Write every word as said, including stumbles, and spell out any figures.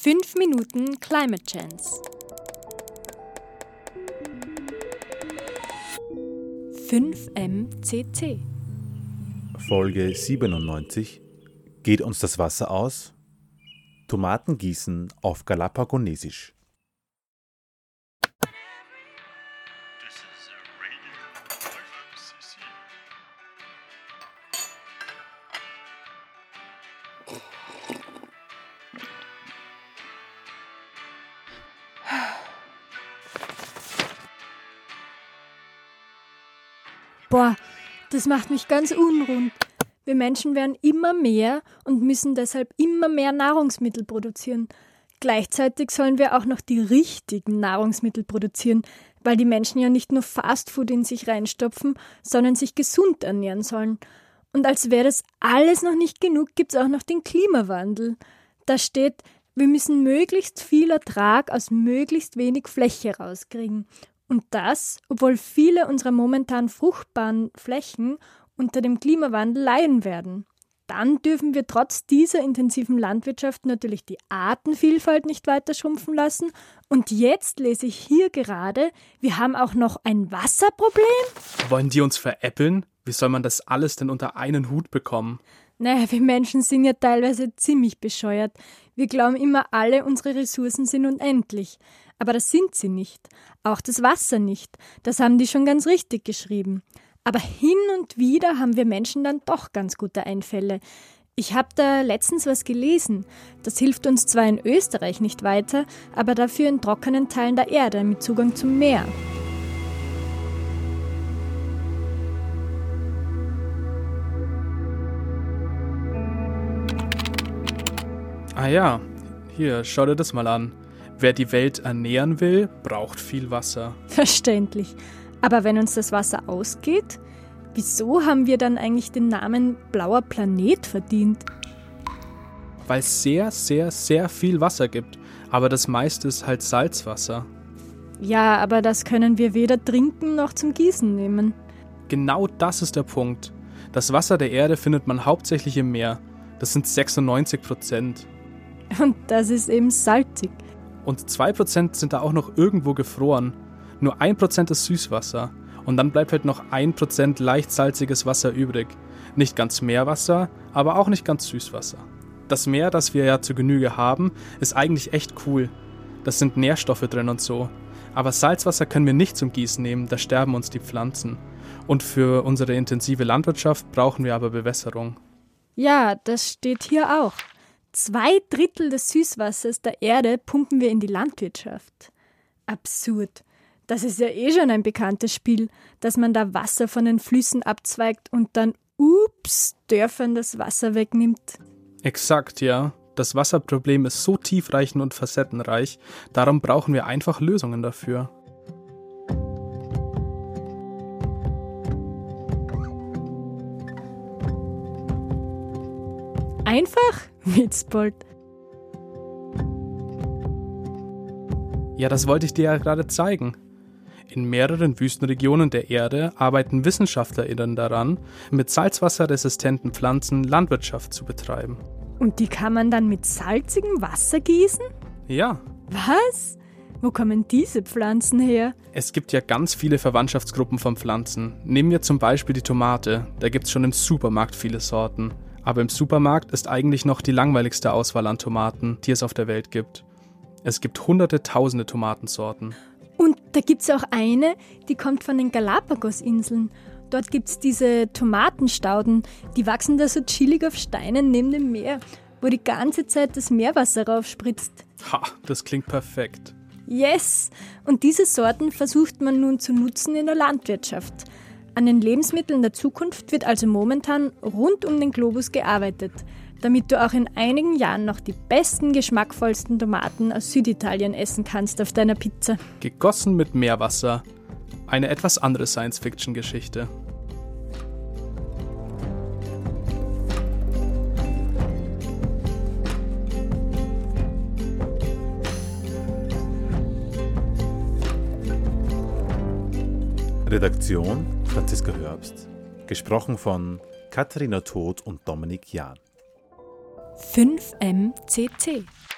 fünf Minuten Climate Chance. fünf M C C. Folge siebenundneunzig. Geht uns das Wasser aus? Tomaten gießen auf Galapagonesisch. Boah, das macht mich ganz unrund. Wir Menschen werden immer mehr und müssen deshalb immer mehr Nahrungsmittel produzieren. Gleichzeitig sollen wir auch noch die richtigen Nahrungsmittel produzieren, weil die Menschen ja nicht nur Fastfood in sich reinstopfen, sondern sich gesund ernähren sollen. Und als wäre das alles noch nicht genug, gibt es auch noch den Klimawandel. Da steht, wir müssen möglichst viel Ertrag aus möglichst wenig Fläche rauskriegen. Und das, obwohl viele unserer momentan fruchtbaren Flächen unter dem Klimawandel leiden werden. Dann dürfen wir trotz dieser intensiven Landwirtschaft natürlich die Artenvielfalt nicht weiter schrumpfen lassen. Und jetzt lese ich hier gerade, wir haben auch noch ein Wasserproblem. Wollen die uns veräppeln? Wie soll man das alles denn unter einen Hut bekommen? Naja, wir Menschen sind ja teilweise ziemlich bescheuert. Wir glauben immer, alle unsere Ressourcen sind unendlich. Aber das sind sie nicht. Auch das Wasser nicht. Das haben die schon ganz richtig geschrieben. Aber hin und wieder haben wir Menschen dann doch ganz gute Einfälle. Ich habe da letztens was gelesen. Das hilft uns zwar in Österreich nicht weiter, aber dafür in trockenen Teilen der Erde mit Zugang zum Meer. Ah ja, hier, schau dir das mal an. Wer die Welt ernähren will, braucht viel Wasser. Verständlich. Aber wenn uns das Wasser ausgeht, wieso haben wir dann eigentlich den Namen blauer Planet verdient? Weil es sehr, sehr, sehr viel Wasser gibt. Aber das meiste ist halt Salzwasser. Ja, aber das können wir weder trinken noch zum Gießen nehmen. Genau das ist der Punkt. Das Wasser der Erde findet man hauptsächlich im Meer. Das sind sechsundneunzig Prozent. Und das ist eben salzig. Und zwei Prozent sind da auch noch irgendwo gefroren. Nur ein Prozent ist Süßwasser. Und dann bleibt halt noch ein Prozent leicht salziges Wasser übrig. Nicht ganz Meerwasser, aber auch nicht ganz Süßwasser. Das Meer, das wir ja zur Genüge haben, ist eigentlich echt cool. Das sind Nährstoffe drin und so. Aber Salzwasser können wir nicht zum Gießen nehmen, da sterben uns die Pflanzen. Und für unsere intensive Landwirtschaft brauchen wir aber Bewässerung. Ja, das steht hier auch. Zwei Drittel des Süßwassers der Erde pumpen wir in die Landwirtschaft. Absurd. Das ist ja eh schon ein bekanntes Spiel, dass man da Wasser von den Flüssen abzweigt und dann, ups, Dörfern das Wasser wegnimmt. Exakt, ja. Das Wasserproblem ist so tiefreichend und facettenreich, darum brauchen wir einfach Lösungen dafür. Einfach? Witzbold. Ja, das wollte ich dir ja gerade zeigen. In mehreren Wüstenregionen der Erde arbeiten WissenschaftlerInnen daran, mit salzwasserresistenten Pflanzen Landwirtschaft zu betreiben. Und die kann man dann mit salzigem Wasser gießen? Ja. Was? Wo kommen diese Pflanzen her? Es gibt ja ganz viele Verwandtschaftsgruppen von Pflanzen. Nehmen wir zum Beispiel die Tomate. Da gibt's schon im Supermarkt viele Sorten. Aber im Supermarkt ist eigentlich noch die langweiligste Auswahl an Tomaten, die es auf der Welt gibt. Es gibt hunderte, tausende Tomatensorten. Und da gibt's auch eine, die kommt von den Galapagos-Inseln. Dort gibt's diese Tomatenstauden, die wachsen da so chillig auf Steinen neben dem Meer, wo die ganze Zeit das Meerwasser raufspritzt. Ha, das klingt perfekt. Yes! Und diese Sorten versucht man nun zu nutzen in der Landwirtschaft. An den Lebensmitteln der Zukunft wird also momentan rund um den Globus gearbeitet, damit du auch in einigen Jahren noch die besten, geschmackvollsten Tomaten aus Süditalien essen kannst auf deiner Pizza. Gegossen mit Meerwasser. Eine etwas andere Science-Fiction-Geschichte. Redaktion Franziska Herbst. Gesprochen von Katharina Todt und Dominik Jahn. fünf M C C